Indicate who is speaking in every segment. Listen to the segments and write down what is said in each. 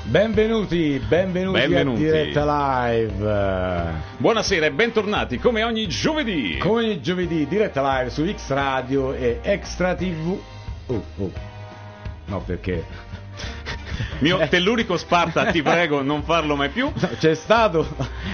Speaker 1: Benvenuti a Diretta Live.
Speaker 2: Buonasera e bentornati come ogni giovedì.
Speaker 1: Diretta Live su X Radio e Extra TV. No, perché?
Speaker 2: Mio tellurico Sparta, ti prego, non farlo mai più.
Speaker 1: No, c'è stato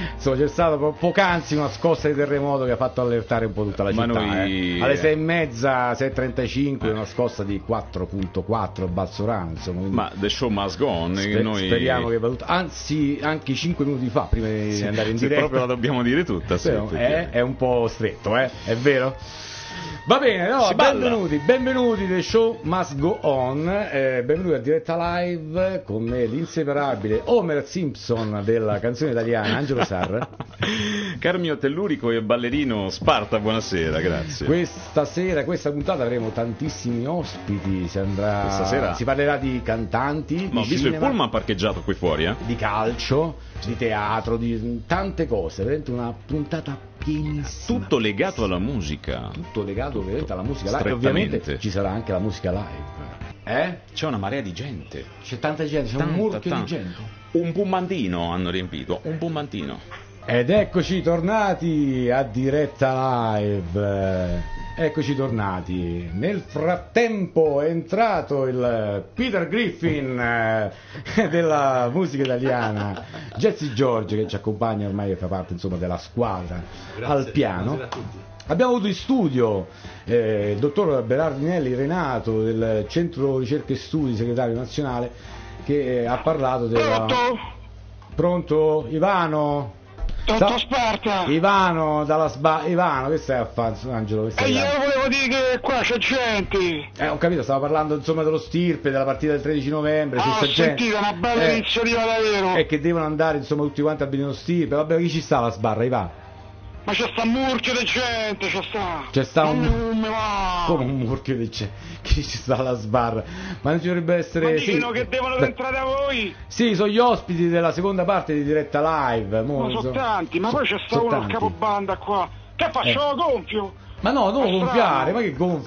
Speaker 1: poc'anzi una scossa di terremoto che ha fatto allertare un po' tutta la città. Alle 6:30, 6:35, una scossa di 4.4 Bassorano, insomma.
Speaker 2: Ma the show must go on.
Speaker 1: Speriamo che anzi, anche 5 minuti fa, prima di andare in diretta.
Speaker 2: Proprio la dobbiamo dire tutta.
Speaker 1: È un po' stretto, è vero? Va bene, no, benvenuti, The Show Must Go On, benvenuti a Diretta Live con me, l'inseparabile Homer Simpson della canzone italiana, Angelo Sarra.
Speaker 2: Caro mio tellurico e ballerino Sparta, buonasera, grazie.
Speaker 1: Questa puntata avremo tantissimi ospiti,
Speaker 2: Questa sera
Speaker 1: si parlerà di cantanti,
Speaker 2: ho visto il pullman parcheggiato qui fuori,
Speaker 1: di calcio, di teatro, di tante cose, veramente una puntata pienissima.
Speaker 2: Tutto legato alla musica.
Speaker 1: Tutto legato ovviamente alla musica live. Ovviamente ci sarà anche la musica live.
Speaker 2: C'è una marea di gente.
Speaker 1: C'è tanta gente, c'è un murchio di gente.
Speaker 2: Un pummantino hanno riempito, un pummantino.
Speaker 1: Ed eccoci tornati a Diretta Live. Eccoci tornati. Nel frattempo è entrato il Peter Griffin della musica italiana, Jesse George, che ci accompagna ormai e fa parte insomma della squadra. Grazie, al piano. A tutti. Abbiamo avuto in studio il dottor Berardinelli Renato del Centro Ricerche e Studi, segretario nazionale, che ha parlato della... Pronto? Ivano?
Speaker 3: Dottor Sparta!
Speaker 1: Ivano, Ivano, che stai a fare, Angelo?
Speaker 3: Io volevo dire che qua c'è gente!
Speaker 1: Ho capito, stavo parlando insomma dello stirpe, della partita del 13 novembre.
Speaker 3: Ho sentito, una bella iniziativa davvero!
Speaker 1: E che devono andare insomma tutti quanti a vedere lo stirpe. Vabbè, chi ci sta alla sbarra, Ivano?
Speaker 3: Ma c'è sta un murchio di gente, c'è sta
Speaker 1: come un murchio di gente, chi ci sta alla sbarra? Ma non ci dovrebbe essere...
Speaker 3: Ma dicono che devono entrare a voi?
Speaker 1: Sì, sono gli ospiti della seconda parte di Diretta Live.
Speaker 3: Ma sono tanti, ma poi c'è sta uno al capobanda qua. Che faccio, gonfio?
Speaker 1: Ma no, non gonfiare, ma che gonfi,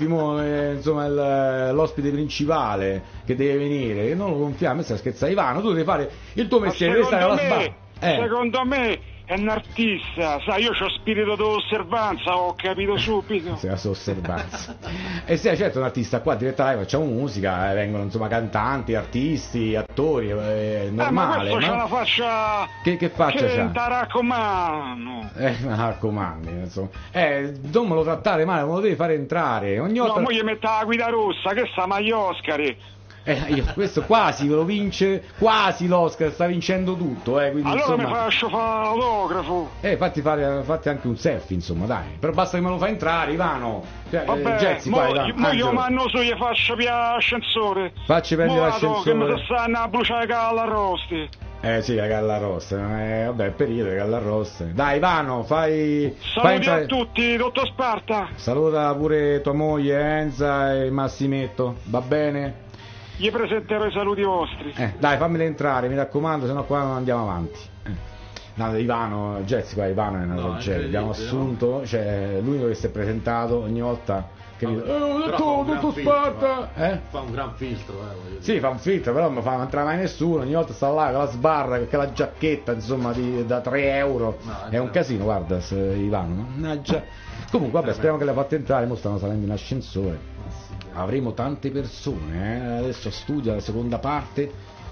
Speaker 1: insomma l'ospite principale che deve venire, non lo gonfiamo, stai scherzando. Ivano, tu devi fare il tuo mestiere, devi stare alla sbarra.
Speaker 3: Secondo me è un artista, sai, io c'ho spirito d'osservanza, ho capito subito.
Speaker 1: Sì, la sua osservanza. E sì, certo, un artista qua a Diretta Live facciamo musica, vengono insomma cantanti, artisti, attori, è normale.
Speaker 3: Ma questo c'ha una faccia...
Speaker 1: Che faccia c'ha?
Speaker 3: Che raccomando.
Speaker 1: Raccomandi, insomma. Non me lo trattare male, me lo devi fare entrare. Ogni volta...
Speaker 3: No, mo gli metta la guida rossa, che sta Maioscari.
Speaker 1: Questo quasi lo vince, quasi l'Oscar, sta vincendo tutto, quindi,
Speaker 3: allora
Speaker 1: insomma,
Speaker 3: mi faccio fare l'autografo.
Speaker 1: Fatti anche un selfie, insomma, dai. Però basta che me lo fa entrare, Ivano.
Speaker 3: Vabbè,
Speaker 1: Jazzy,
Speaker 3: mo io mando su, gli faccio via l'ascensore.
Speaker 1: Facci prendere l'ascensore.
Speaker 3: Che mi stanno a bruciare galla arrosti.
Speaker 1: Sì, la galla arrosta, vabbè, è periodo di galla arrosta. Dai, Ivano,
Speaker 3: Saluti a tutti, dottor Sparta.
Speaker 1: Saluta pure tua moglie, Enza e Massimetto, va bene?
Speaker 3: Gli presenterò i saluti vostri.
Speaker 1: Dai, fammeli entrare, mi raccomando, sennò qua non andiamo avanti. No, Ivano, Jessica, Ivano è una tragedia. Abbiamo assunto, cioè l'unico che si è presentato ogni volta che dottor Sparta!
Speaker 4: Fa un gran filtro,
Speaker 1: Sì, fa un filtro, però non mi fa entrare mai nessuno, ogni volta sta là con la sbarra, con la giacchetta, insomma, da 3 euro. È un casino, guarda, Ivano. Comunque, vabbè, speriamo che le fate entrare, mo stanno salendo in ascensore. Avremo tante persone, adesso a studio, la seconda parte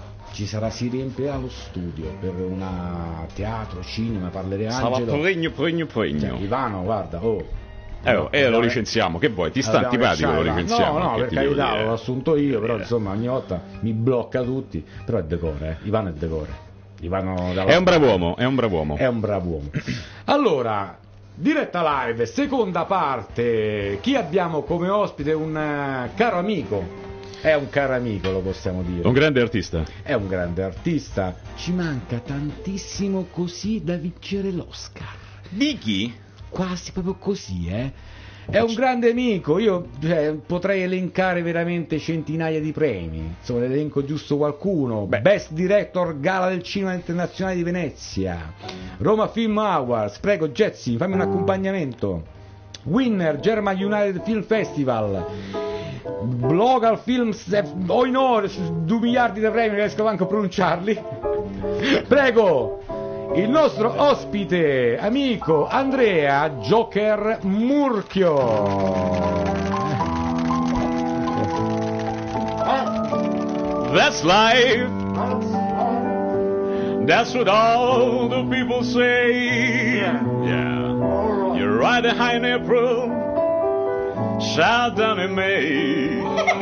Speaker 1: si riempirà lo studio per una teatro, cinema, parlerà Angelo.
Speaker 2: Pregno.
Speaker 1: Ivano, guarda,
Speaker 2: lo licenziamo, che vuoi? Ti sta antipatico, lo licenziamo?
Speaker 1: No, per carità, l'ho assunto io, però insomma ogni volta mi blocca tutti, però è decore, Ivano è decore. È un brav'uomo. Allora, Diretta Live, seconda parte. Chi abbiamo come ospite? Un caro amico. È un caro amico, lo possiamo dire.
Speaker 2: Un grande artista.
Speaker 1: È un grande artista. Ci manca tantissimo così da vincere l'Oscar.
Speaker 2: Di chi?
Speaker 1: Quasi proprio così, È un grande amico, io potrei elencare veramente centinaia di premi, insomma ne elenco giusto qualcuno. Best Director Gala del Cinema Internazionale di Venezia, Roma Film Awards, prego Jazzy, fammi un accompagnamento. Winner German United Film Festival, Local Films, oh no, 2 miliardi di premi, non riesco manco a pronunciarli. Prego, il nostro ospite, amico Andrea Joker Murchio.
Speaker 2: That's life. That's what all the people say. Yeah. You're riding high in April, shout down in May.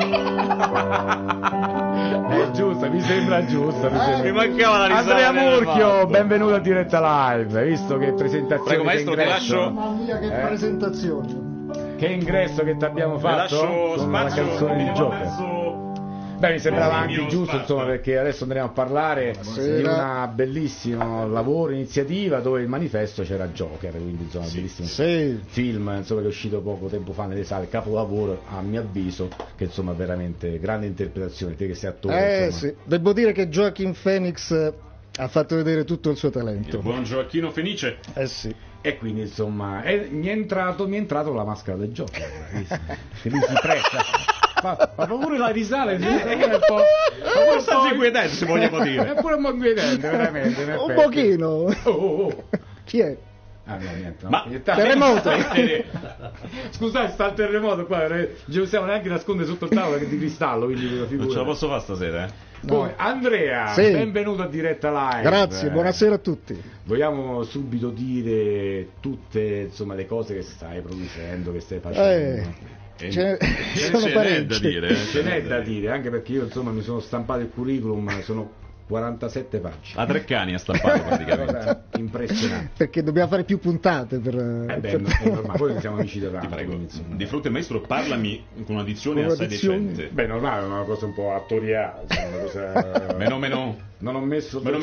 Speaker 1: È giusta, mi sembra giusta.
Speaker 2: Mi mancava la risata.
Speaker 1: Andrea Murchio,
Speaker 2: fatto.
Speaker 1: benvenuto a Diretta Live. Hai visto che presentazione?
Speaker 2: Prego, maestro,
Speaker 1: che
Speaker 2: ti
Speaker 1: ingresso?
Speaker 2: lascio.
Speaker 4: Mamma mia, che presentazione!
Speaker 1: Che ingresso che ti abbiamo
Speaker 2: Ti
Speaker 1: fatto
Speaker 2: lascio
Speaker 1: con la
Speaker 2: spazio.
Speaker 1: canzone di
Speaker 2: Andiamo
Speaker 1: Joker.
Speaker 2: verso-
Speaker 1: Beh, mi sembrava
Speaker 2: Sì,
Speaker 1: anche
Speaker 2: mio
Speaker 1: giusto,
Speaker 2: spazio.
Speaker 1: insomma, perché adesso andremo a parlare di una bellissima lavoro, iniziativa dove il manifesto c'era Joker, quindi insomma, bellissimo
Speaker 4: Sì,
Speaker 1: film, insomma, che è uscito poco tempo fa nelle sale, capolavoro a mio avviso, che insomma veramente grande interpretazione, te che sei attore, insomma.
Speaker 4: sì. Devo dire che Joaquin Phoenix ha fatto vedere tutto il suo
Speaker 2: Il
Speaker 4: talento.
Speaker 2: buon Gioacchino Fenice.
Speaker 4: Sì.
Speaker 1: E quindi insomma mi è entrato la maschera del Joker, che lui si presta. Fa pure la risata, è un po'.
Speaker 2: Ma pure sta inquietente, se vogliamo dire.
Speaker 1: È pure un po' inquietante, veramente. in
Speaker 4: Un
Speaker 1: effetti.
Speaker 4: pochino.
Speaker 1: Oh.
Speaker 4: Chi è?
Speaker 1: Ah no, niente. No.
Speaker 2: Ma
Speaker 4: Terremoto.
Speaker 1: Scusate, sta il terremoto qua, non ci possiamo neanche nascondere sotto il tavolo che è di cristallo, quindi
Speaker 2: Non ce la posso fare stasera,
Speaker 1: Poi, Andrea,
Speaker 4: Sì.
Speaker 1: benvenuto a Diretta Live.
Speaker 4: Grazie, buonasera a tutti.
Speaker 1: Vogliamo subito dire tutte insomma le cose che stai producendo, che stai facendo.
Speaker 4: Ce
Speaker 2: Ce n'è da dire.
Speaker 1: Ce n'è da dire, anche perché io insomma mi sono stampato il curriculum, sono 47 pagine.
Speaker 2: A Treccani ha stampato praticamente.
Speaker 1: Cosa impressionante.
Speaker 4: Perché dobbiamo fare più puntate per...
Speaker 1: È normale, poi siamo amici da
Speaker 2: Ti
Speaker 1: tanto.
Speaker 2: prego,
Speaker 1: quindi, insomma.
Speaker 2: di fronte al maestro parlami con una dizione
Speaker 4: Con una
Speaker 2: assai
Speaker 4: dizione.
Speaker 2: decente.
Speaker 1: Beh, normale, è una cosa un po' attoriale, insomma, una cosa...
Speaker 2: Meno.
Speaker 1: Non ho messo...
Speaker 2: Meno.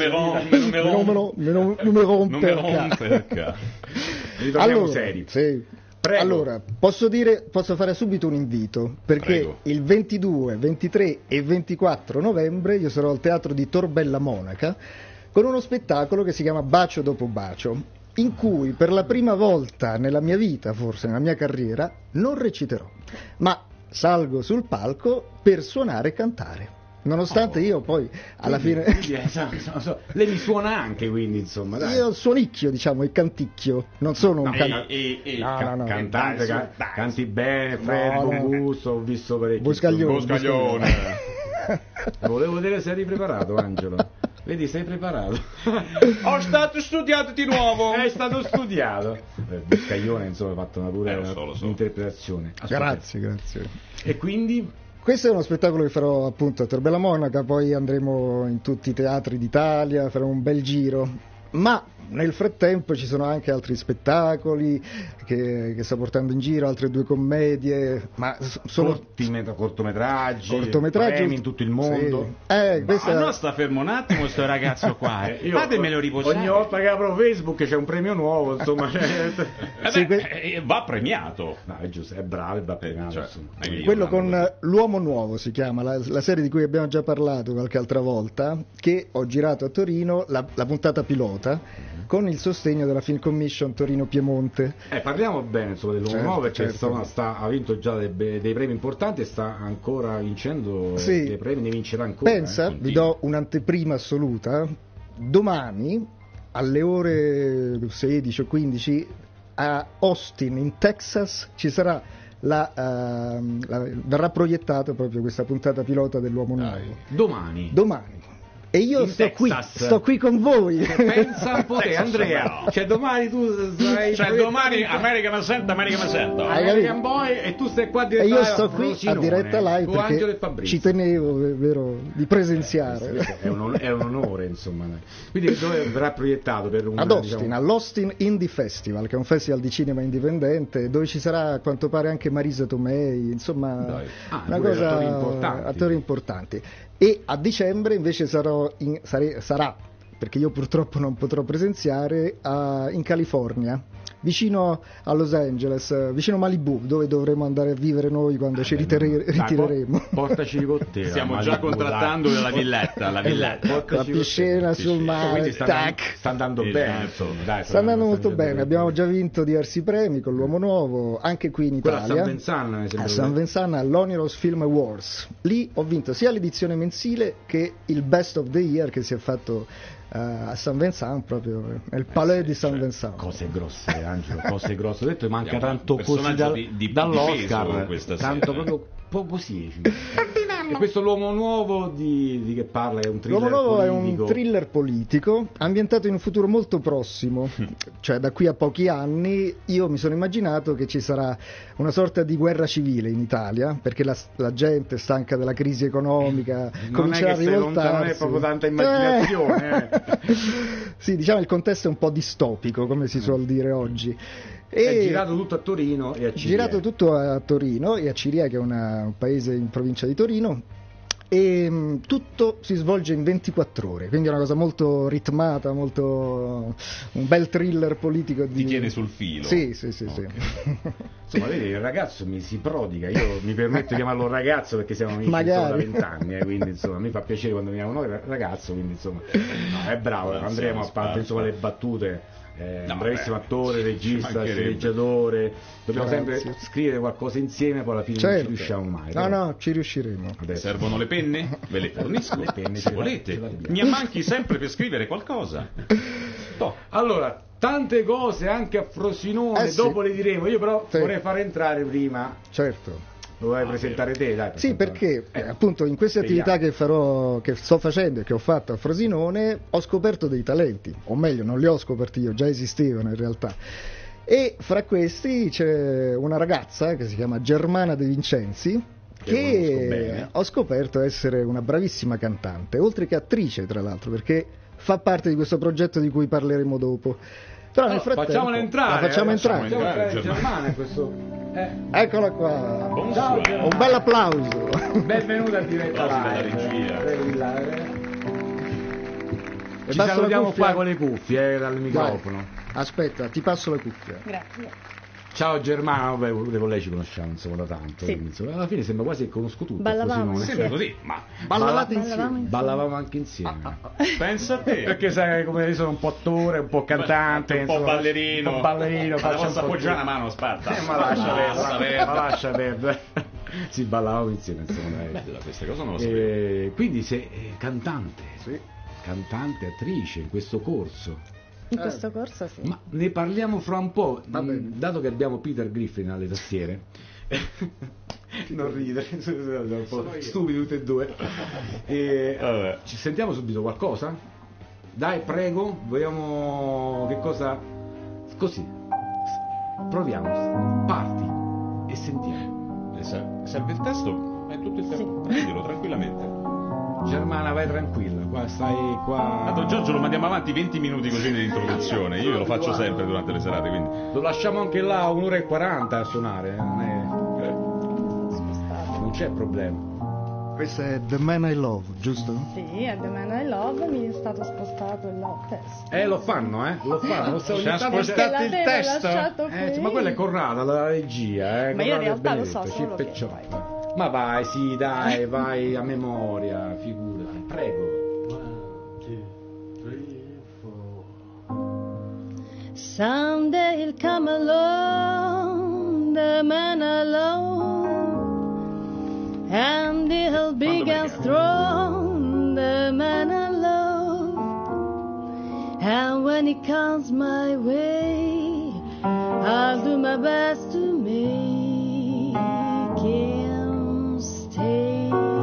Speaker 4: Numero
Speaker 2: Non mi rompe.
Speaker 1: Ritorniamo seri.
Speaker 4: Sì.
Speaker 1: Prego.
Speaker 4: Allora, posso fare subito un invito, perché
Speaker 2: Prego.
Speaker 4: il 22, 23 e 24 novembre io sarò al Teatro di Torbella Monaca con uno spettacolo che si chiama Bacio dopo bacio, in cui per la prima volta nella mia vita, forse nella mia carriera, non reciterò, ma salgo sul palco per suonare e cantare. Nonostante io poi alla fine
Speaker 1: Lei mi suona anche, quindi insomma, dai.
Speaker 4: io suonicchio, diciamo, e canticchio, non sono un cantante. No.
Speaker 1: Cantante,
Speaker 2: dai,
Speaker 1: canti bene, freddo,
Speaker 4: No.
Speaker 1: gusto, ho visto parecchio.
Speaker 4: Boscaglione.
Speaker 1: Volevo vedere se eri preparato, Angelo. Vedi, sei preparato.
Speaker 2: Ho stato studiato di nuovo.
Speaker 1: È stato studiato. Boscaglione, insomma, ha fatto una pure
Speaker 2: Lo so.
Speaker 1: interpretazione.
Speaker 4: Grazie.
Speaker 1: E quindi?
Speaker 4: Questo è uno spettacolo che farò appunto a Torbella Monaca, poi andremo in tutti i teatri d'Italia, faremo un bel giro, ma nel frattempo ci sono anche altri spettacoli che sto portando in giro, altre 2 commedie, ma sono
Speaker 1: cortometraggi,
Speaker 4: cortometraggi
Speaker 1: premi in tutto il mondo.
Speaker 4: Sì. Questa...
Speaker 2: Ma no, sta fermo un attimo sto ragazzo qua. Fatemelo riposare.
Speaker 1: Ogni volta che apro Facebook c'è un premio nuovo, insomma.
Speaker 4: Sì,
Speaker 2: va premiato.
Speaker 1: No, è giusto, è bravo e va premiato.
Speaker 2: Cioè,
Speaker 1: insomma.
Speaker 2: io
Speaker 4: Quello
Speaker 2: non amo
Speaker 4: con L'Uomo Nuovo si chiama, la serie di cui abbiamo già parlato qualche altra volta, che ho girato a Torino, la puntata pilota, con il sostegno della Film Commission Torino-Piemonte.
Speaker 1: Parliamo bene insomma, dell'uomo
Speaker 4: Certo,
Speaker 1: nuovo, perché
Speaker 4: certo.
Speaker 1: ha vinto già dei premi importanti e sta ancora vincendo
Speaker 4: Sì.
Speaker 1: dei premi, ne vincerà ancora.
Speaker 4: Pensa, vi do un'anteprima assoluta, domani alle ore 16 o 15 a Austin in Texas ci sarà verrà proiettata proprio questa puntata pilota dell'Uomo Nuovo.
Speaker 1: Domani.
Speaker 4: E io
Speaker 1: In Texas.
Speaker 4: sto qui con voi.
Speaker 1: Pensa un po' te,
Speaker 2: Texas,
Speaker 1: Andrea.
Speaker 2: no.
Speaker 1: Cioè domani tu sarai
Speaker 2: Cioè domani America mi sento.
Speaker 4: Hai
Speaker 1: American
Speaker 4: capito?
Speaker 1: Boy e tu stai qua a
Speaker 4: E
Speaker 1: diretta
Speaker 4: io
Speaker 1: live
Speaker 4: sto
Speaker 1: a
Speaker 4: qui a
Speaker 1: Frosinone,
Speaker 4: diretta live
Speaker 1: con Angelo e
Speaker 4: perché
Speaker 1: Fabrizio.
Speaker 4: ci tenevo, vero, di presenziare.
Speaker 1: Questo è un onore, insomma. Quindi dove verrà proiettato per un
Speaker 4: Ad Austin, all'Austin Indie Festival, che è un festival di cinema indipendente, dove ci sarà a quanto pare anche Marisa Tomei, insomma,
Speaker 1: Dai.
Speaker 4: una
Speaker 1: Pure
Speaker 4: cosa,
Speaker 1: attori
Speaker 4: importanti. E a dicembre invece sarà, perché io purtroppo non potrò presenziare, in California, vicino a Los Angeles, vicino a Malibu, dove dovremo andare a vivere noi quando ci ritireremo.
Speaker 1: Portaci con te.
Speaker 2: Stiamo già contrattando la villetta.
Speaker 4: La piscina sul mare,
Speaker 1: sta andando bene, insomma. Dai,
Speaker 4: sta andando molto bene. Abbiamo già vinto diversi premi con l'Uomo Nuovo, anche qui in Italia. A San Vincent all'Oniros Film Awards. Lì ho vinto sia l'edizione mensile che il Best of the Year che si è fatto a San Vincent, proprio nel Palais di San Vincent.
Speaker 1: Cose grosse, Angelo, cose grosse. Ho detto manca tanto così
Speaker 2: dall'Oscar,
Speaker 1: tanto proprio così. E questo L'Uomo Nuovo di che parla? È un thriller
Speaker 4: L'Uomo Nuovo
Speaker 1: politico.
Speaker 4: è un thriller politico ambientato in un futuro molto prossimo, cioè da qui a pochi anni. Io mi sono immaginato che ci sarà una sorta di guerra civile in Italia, perché la gente stanca della crisi economica comincerà a rivoltarsi.
Speaker 1: Non è proprio tanta immaginazione.
Speaker 4: Sì, diciamo il contesto è un po' distopico, come si suol dire oggi.
Speaker 1: È girato tutto a Torino e a Ciria.
Speaker 4: Girato tutto a Torino e a Ciria, che è un paese in provincia di Torino, e tutto si svolge in 24 ore, quindi è una cosa molto ritmata, un bel thriller politico.
Speaker 2: Ti tiene sul filo.
Speaker 4: Sì.
Speaker 1: Insomma, vedi, il ragazzo mi si prodiga, io mi permetto di chiamarlo ragazzo perché siamo amici da 20 anni, quindi insomma mi fa piacere quando mi chiamano noi ragazzo, quindi insomma è bravo, andremo a parte insomma le battute. Un bravissimo attore, regista, sceneggiatore. Dobbiamo sempre scrivere qualcosa insieme, poi alla fine non ci riusciamo mai.
Speaker 4: No, ci riusciremo.
Speaker 2: Adesso. Servono le penne? Ve le fornisco. Le penne, se volete. Mi manchi sempre per scrivere qualcosa.
Speaker 1: Allora, tante cose anche a Frosinone, dopo le diremo. Io però vorrei far entrare prima.
Speaker 4: Certo.
Speaker 1: Lo vuoi presentare te? Dai,
Speaker 4: sì, perché appunto in queste attività che sto facendo e che ho fatto a Frosinone ho scoperto dei talenti, o meglio non li ho scoperti io, già esistevano in realtà, e fra questi c'è una ragazza che si chiama Germana De Vincenzi, che ho scoperto essere una bravissima cantante, oltre che attrice tra l'altro, perché fa parte di questo progetto di cui parleremo dopo. Però nel frattempo
Speaker 1: facciamola entrare.
Speaker 4: Facciamo entrare
Speaker 1: Germana, questo.
Speaker 4: Eccola qua.
Speaker 2: Ciao,
Speaker 4: un bel applauso.
Speaker 1: Benvenuta a diretta
Speaker 2: regia.
Speaker 1: Ci salutiamo qua con le cuffie dal microfono.
Speaker 4: Dai. Aspetta, ti passo la cuffia.
Speaker 5: Grazie.
Speaker 1: Ciao Germana, pure con lei ci conosciamo insomma da tanto,
Speaker 5: sì.
Speaker 1: Insomma, alla fine sembra quasi che conosco tutto.
Speaker 5: Ballavamo
Speaker 2: sembra così, ma
Speaker 1: ballavamo anche insieme.
Speaker 2: Pensa a te.
Speaker 1: Perché sai come io sono un po' attore, un po' cantante,
Speaker 2: un po' ballerino.
Speaker 1: Ma
Speaker 2: posso appoggiare una mano, Sparta.
Speaker 1: Ma lascia perdere. Sì, ballavamo insieme, insomma.
Speaker 2: Bella questa cosa, non lo sapevo.
Speaker 1: Quindi sei cantante. Sì. Cantante, attrice in questo corso.
Speaker 5: In questo corso sì.
Speaker 1: Ma ne parliamo fra un po', dato che abbiamo Peter Griffin alle tastiere. Non ridere, sono un po' stupidi tutti e due. Ci sentiamo subito qualcosa? Dai, prego, vogliamo che cosa? Così. Proviamo. Parti e sentiamo.
Speaker 2: Serve il testo? È tutto il tempo. Prendilo tranquillamente.
Speaker 1: Germana, vai tranquilla, qua stai qua.
Speaker 2: Tanto Giorgio lo mandiamo avanti 20 minuti così di introduzione, io lo faccio sempre durante le serate, quindi.
Speaker 1: Lo lasciamo anche là 1:40 a suonare, non c'è problema.
Speaker 4: Questo è The Man I Love, giusto?
Speaker 5: Sì, è The Man I Love, mi è stato spostato il testo.
Speaker 1: Lo fanno, lo fanno.
Speaker 2: Ci ha spostato il testo?
Speaker 1: Ma quella è Corrada, la regia,
Speaker 5: ma io in realtà lo so solo che
Speaker 1: Ma vai, sì, dai, vai a memoria, figurati, prego. 1, 2, 3, 4.
Speaker 5: Someday he'll come along, the man I love, and he'll be big and strong, the man I love, and when he comes my way, I'll do my best to make him stay.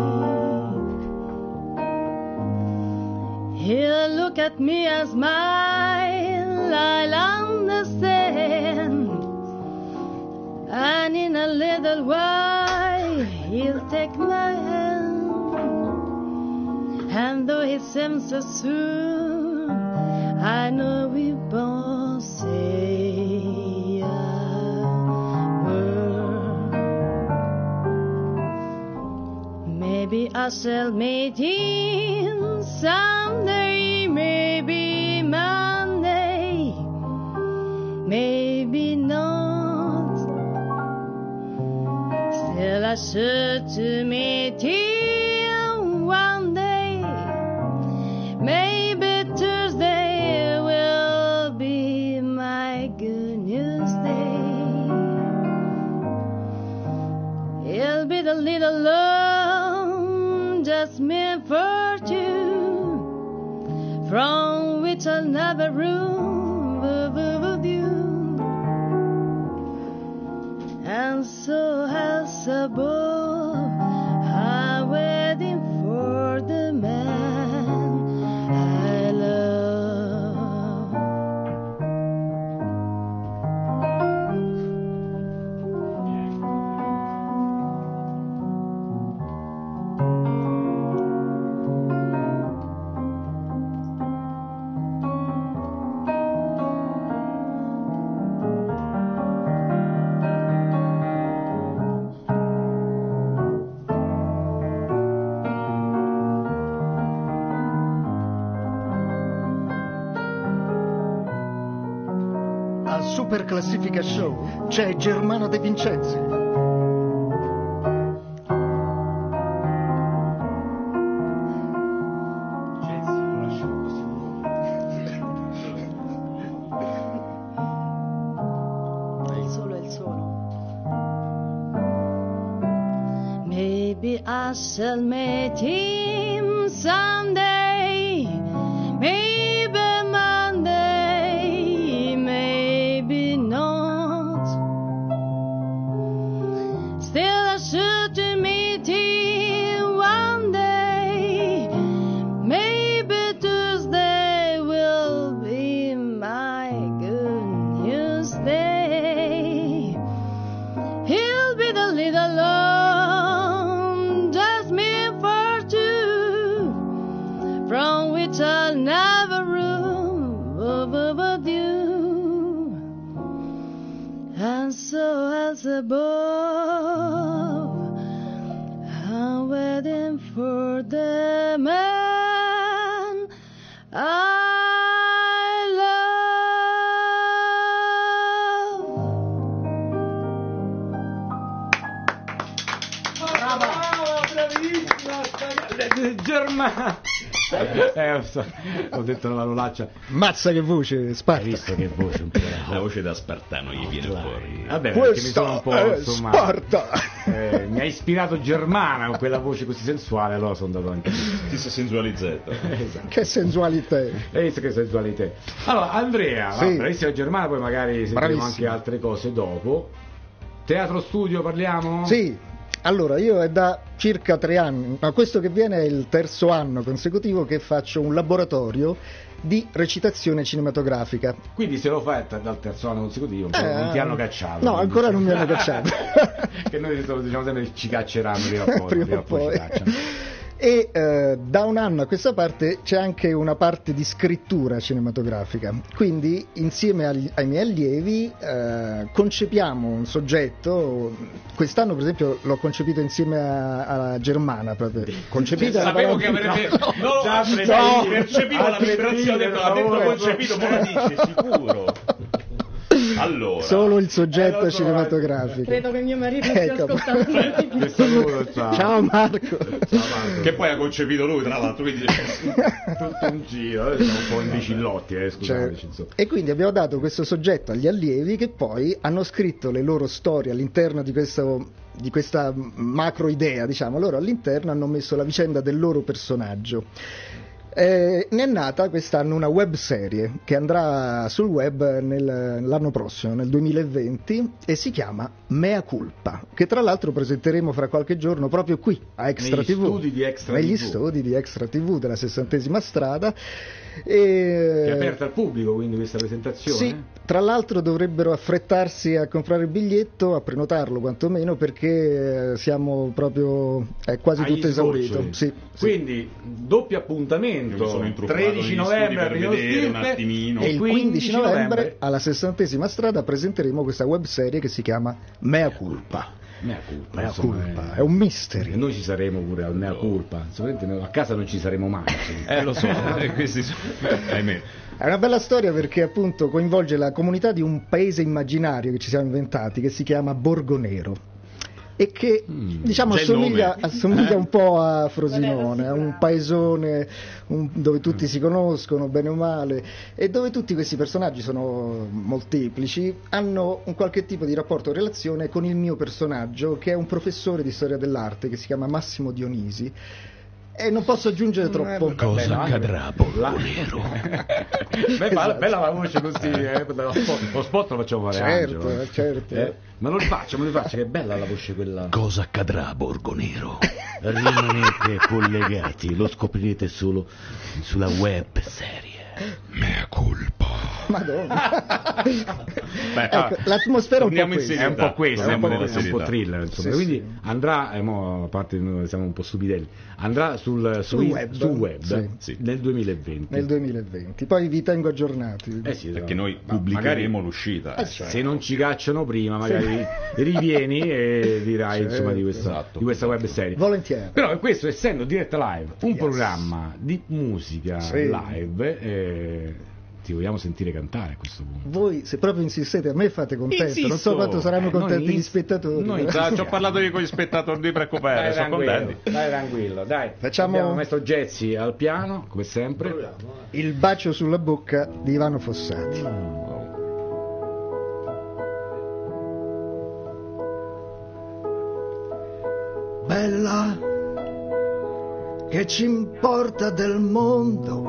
Speaker 5: He'll look at me and smile, I'll understand, and in a little while he'll take my hand, and though it seems so soon, I know we both say a word. Maybe I shall meet him someday, maybe Monday, maybe should to meet him one day, maybe Thursday will be my good news day. It'll be the little love just meant for two, from which I'll never room with you. And so as above, I'm waiting for the man I love.
Speaker 4: Al Super Classifica Show c'è Germano De Vincenzi.
Speaker 5: Il solo è il solo. Maybe I shall meet him someday, maybe Monday, maybe not. Still I should to meet him one day, maybe Tuesday will be my good news day. He'll be the little love just me for two, from which I'll never room with you. And so as above, I'm waiting for the man I love.
Speaker 1: Germano! Ho detto una parolaccia.
Speaker 4: Mazza che voce,
Speaker 1: Hai
Speaker 4: Sparta.
Speaker 1: visto che voce un po'?
Speaker 2: La voce da spartano gli viene fuori.
Speaker 1: Vabbè, perché mi sono un po',
Speaker 4: Questa è
Speaker 1: insomma,
Speaker 4: Sparta.
Speaker 1: mi ha ispirato Germana con quella voce così sensuale, allora sono andato anche.
Speaker 2: Ti sei sensualizzato.
Speaker 1: Esatto.
Speaker 4: Che sensualità.
Speaker 1: Hai visto che sensualità. Allora, Andrea,
Speaker 4: Sì.
Speaker 1: bravissima Germana, poi magari sentiremo
Speaker 4: Bravissima.
Speaker 1: anche altre cose dopo. Teatro studio parliamo?
Speaker 4: Sì, allora io è da circa 3 anni, ma questo che viene è il terzo anno consecutivo che faccio un laboratorio di recitazione cinematografica.
Speaker 1: Quindi se lo fai dal terzo anno consecutivo, non ti hanno cacciato.
Speaker 4: No,
Speaker 1: quindi.
Speaker 4: ancora non mi hanno cacciato.
Speaker 1: Che noi diciamo sempre che ci cacceranno prima o poi.
Speaker 4: Prima o poi.
Speaker 1: ci cacciano.
Speaker 4: E da un anno a questa parte c'è anche una parte di scrittura cinematografica, quindi insieme ai miei allievi concepiamo un soggetto. Quest'anno per esempio l'ho concepito insieme a Germana proprio. Concepito è una
Speaker 2: Sapevo
Speaker 4: parola-
Speaker 2: che avrebbe
Speaker 1: No, già
Speaker 2: percepivo la vibrazione, ha detto concepito, ma lo dice sicuro. Allora,
Speaker 4: Solo il soggetto
Speaker 1: lo so,
Speaker 4: cinematografico.
Speaker 5: Credo che mio marito stia
Speaker 4: Ecco.
Speaker 5: ascoltando.
Speaker 1: Ti saluto, ciao.
Speaker 4: Ciao Marco.
Speaker 1: Ciao, Marco.
Speaker 2: che poi ha concepito lui, tra l'altro, quindi
Speaker 1: Tutto in giro, siamo un po' imbecillotti, scusateci,
Speaker 4: Cioè,
Speaker 1: insomma.
Speaker 4: e quindi abbiamo dato questo soggetto agli allievi che poi hanno scritto le loro storie all'interno di questa macro idea, diciamo. Loro all'interno hanno messo la vicenda del loro personaggio. Ne è nata quest'anno una web serie che andrà sul web l'anno prossimo, nel 2020, e si chiama Mea Culpa, che tra l'altro presenteremo fra qualche giorno proprio qui a Extra
Speaker 1: Negli
Speaker 4: TV,
Speaker 1: studi di Extra
Speaker 4: negli
Speaker 1: TV.
Speaker 4: studi di Extra TV della 60ª strada.
Speaker 1: È aperta al pubblico quindi questa presentazione?
Speaker 4: Sì, tra l'altro dovrebbero affrettarsi a comprare il biglietto, a prenotarlo quantomeno, perché siamo proprio quasi
Speaker 1: Agli
Speaker 4: tutto esaurito.
Speaker 1: sgoccioli.
Speaker 4: Sì, sì.
Speaker 1: Quindi doppio appuntamento,
Speaker 2: Mi sono intruffolato
Speaker 1: 13
Speaker 2: negli
Speaker 1: novembre
Speaker 2: studi per
Speaker 1: a Rio
Speaker 2: vedere un
Speaker 1: Stirpe,
Speaker 2: attimino.
Speaker 4: E il 15 novembre alla 60ª strada presenteremo questa web serie che si chiama Mea Culpa.
Speaker 1: Mea culpa,
Speaker 4: Mea
Speaker 1: insomma,
Speaker 4: Culpa, è un mystery.
Speaker 1: E noi ci saremo pure al Mea Culpa, sicuramente a casa non ci saremo mai. insomma.
Speaker 2: lo so, questi sono, ahimè.
Speaker 4: È una bella storia perché appunto coinvolge la comunità di un paese immaginario che ci siamo inventati, che si chiama Borgo Nero. e che diciamo
Speaker 2: C'è il
Speaker 4: assomiglia un po' a Frosinone, a un paesone dove tutti si conoscono bene o male e dove tutti questi personaggi sono molteplici, hanno un qualche tipo di rapporto o relazione con il mio personaggio, che è un professore di storia dell'arte che si chiama Massimo Dionisi. E non posso aggiungere troppo.
Speaker 2: Cosa accadrà, Pollo Nero?
Speaker 1: Bella la voce così, lo spot lo facciamo fare
Speaker 4: Certo,
Speaker 1: Angelo.
Speaker 4: certo.
Speaker 1: Ma lo rifaccio, che è bella la voce quella.
Speaker 2: Cosa accadrà, Borgo Nero?
Speaker 6: Rimanete collegati, lo scoprirete solo sulla web serie.
Speaker 2: Mea colpa.
Speaker 4: Madonna. Ecco, l'atmosfera è un po' questa.
Speaker 1: È un po' questo, è un po',
Speaker 2: nella
Speaker 1: è un po'
Speaker 2: serietà.
Speaker 1: thriller, insomma.
Speaker 4: Sì,
Speaker 1: Quindi
Speaker 4: sì.
Speaker 1: andrà, a parte noi siamo un po' stupidelli, andrà sul web
Speaker 4: sì.
Speaker 1: nel 2020.
Speaker 4: Nel 2020. Poi vi tengo aggiornati.
Speaker 1: Sì,
Speaker 2: Perché noi
Speaker 1: ma
Speaker 2: pubblicheremo
Speaker 1: magari,
Speaker 2: l'uscita.
Speaker 1: se non ci cacciano prima, magari rivieni e dirai insomma di questa web serie.
Speaker 4: Volentieri.
Speaker 1: Però questo, essendo diretta live, un programma di musica
Speaker 4: Sì.
Speaker 1: live, ti vogliamo sentire cantare a questo punto.
Speaker 4: Voi, se proprio insistete, a me fate contento. Non so
Speaker 1: Insisto.
Speaker 4: quanto saranno contenti
Speaker 1: Noi
Speaker 4: gli spettatori.
Speaker 2: Ci ho parlato io con gli spettatori di preoccupare, sono contenti.
Speaker 1: Dai tranquillo, dai.
Speaker 4: Facciamo-
Speaker 1: Abbiamo il maestro Jazzy al piano, come sempre.
Speaker 4: Il bacio sulla bocca di Ivano Fossati. Bella, che ci importa del mondo?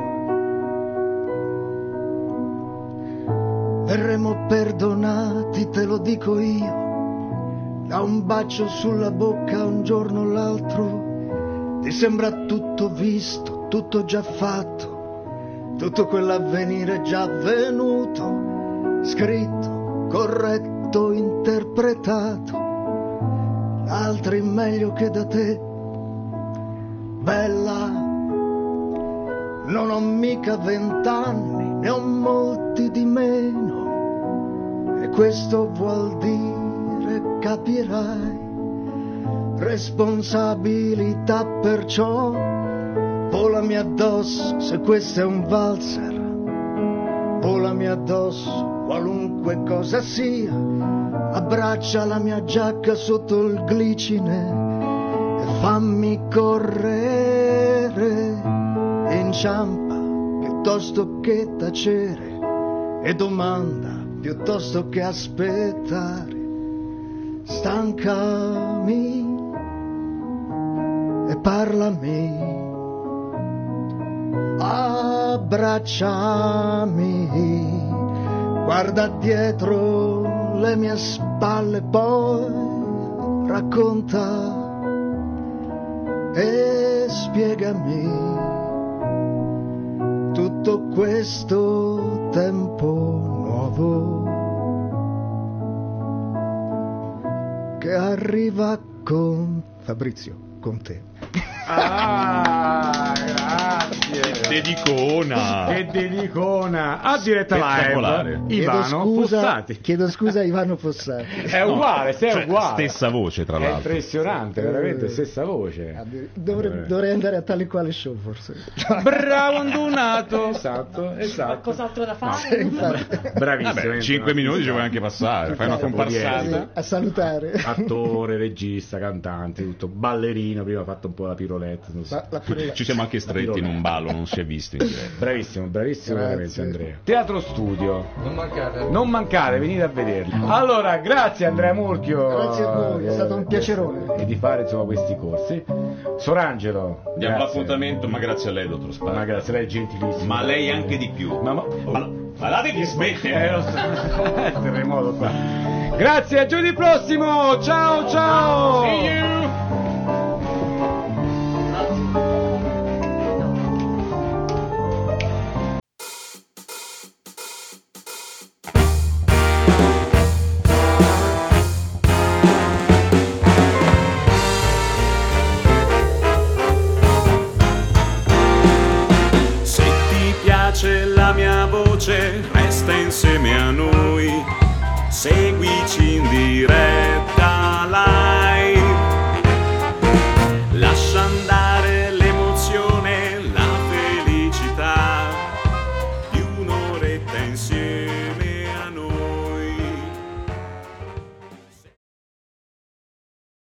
Speaker 4: Verremo perdonati, te lo dico io, da un bacio sulla bocca un giorno o l'altro. Ti sembra tutto visto, tutto già fatto, tutto quell'avvenire già avvenuto, scritto, corretto, interpretato, altri meglio che da te. Bella, non ho mica 20 anni, ne ho molti di meno, e questo vuol dire, capirai, responsabilità, perciò volami addosso se questo è un valzer, volami addosso qualunque cosa sia, abbraccia la mia giacca sotto il glicine e fammi correre, inciampa piuttosto che tacere e domanda piuttosto che aspettare, stancami e parlami, abbracciami, guarda dietro le mie spalle, poi racconta e spiegami tutto questo tempo nuovo che arriva con Fabrizio, con te.
Speaker 1: Ah, grazie.
Speaker 2: Dedicona.
Speaker 1: Che dedicona a diretta
Speaker 2: Spettacolare.
Speaker 1: live. Ivano Fossati.
Speaker 4: Chiedo scusa a Ivano Fossati.
Speaker 1: È uguale, sei
Speaker 2: Cioè,
Speaker 1: uguale.
Speaker 2: stessa voce, tra
Speaker 1: È
Speaker 2: l'altro.
Speaker 1: impressionante, veramente, stessa voce.
Speaker 4: Dovrei andare a tale quale show forse.
Speaker 1: Bravo Andunato. Esatto.
Speaker 5: Qualcos'altro da fare?
Speaker 1: Bravissimo.
Speaker 2: Vabbè, 5 minuti ci puoi anche passare, fai una comparsata.
Speaker 4: A salutare.
Speaker 1: Attore, regista, cantante, tutto ballerino, prima ha fatto un po' la piroletta. Non so.
Speaker 2: Ci siamo anche stretti in un ballo, non si è visto in diretta.
Speaker 1: Bravissimo,
Speaker 4: Grazie.
Speaker 1: veramente Andrea. Teatro Studio. Non mancate, venite a vederli. Allora, grazie Andrea Murchio.
Speaker 4: Grazie a voi, è stato un piacerone.
Speaker 1: E di fare insomma questi corsi. Sorangelo.
Speaker 2: Diamo
Speaker 1: grazie.
Speaker 2: l'appuntamento, ma grazie a lei, dottor
Speaker 1: Ma
Speaker 2: Spada.
Speaker 1: grazie, lei è gentilissimo.
Speaker 2: Ma lei anche di più.
Speaker 1: Ma
Speaker 2: date che smette.
Speaker 1: lo so. Terremoto qua. Grazie, a giovedì prossimo. Ciao ciao.
Speaker 2: See you.
Speaker 7: Se ti piace la mia voce, resta insieme a noi, seguici in diretta.